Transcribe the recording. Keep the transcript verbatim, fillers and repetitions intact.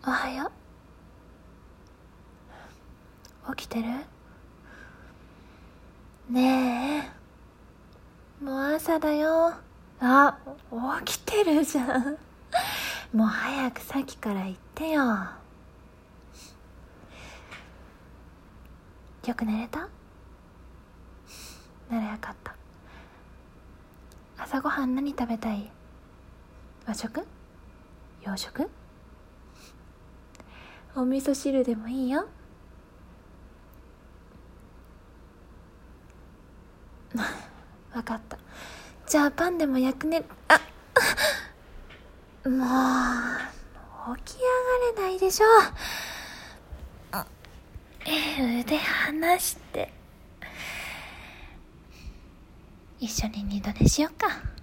おはよう。起きてる？ねえ、もう朝だよ。あ、起きてるじゃん。もう早くさっきから言ってよ。よく寝れた？ならよかった。朝ごはん何食べたい？和食？洋食？お味噌汁でもいいよ。わかった。じゃあパンでも焼くね。あもう起き上がれないでしょ。あ腕離して一緒に二度寝しよっか。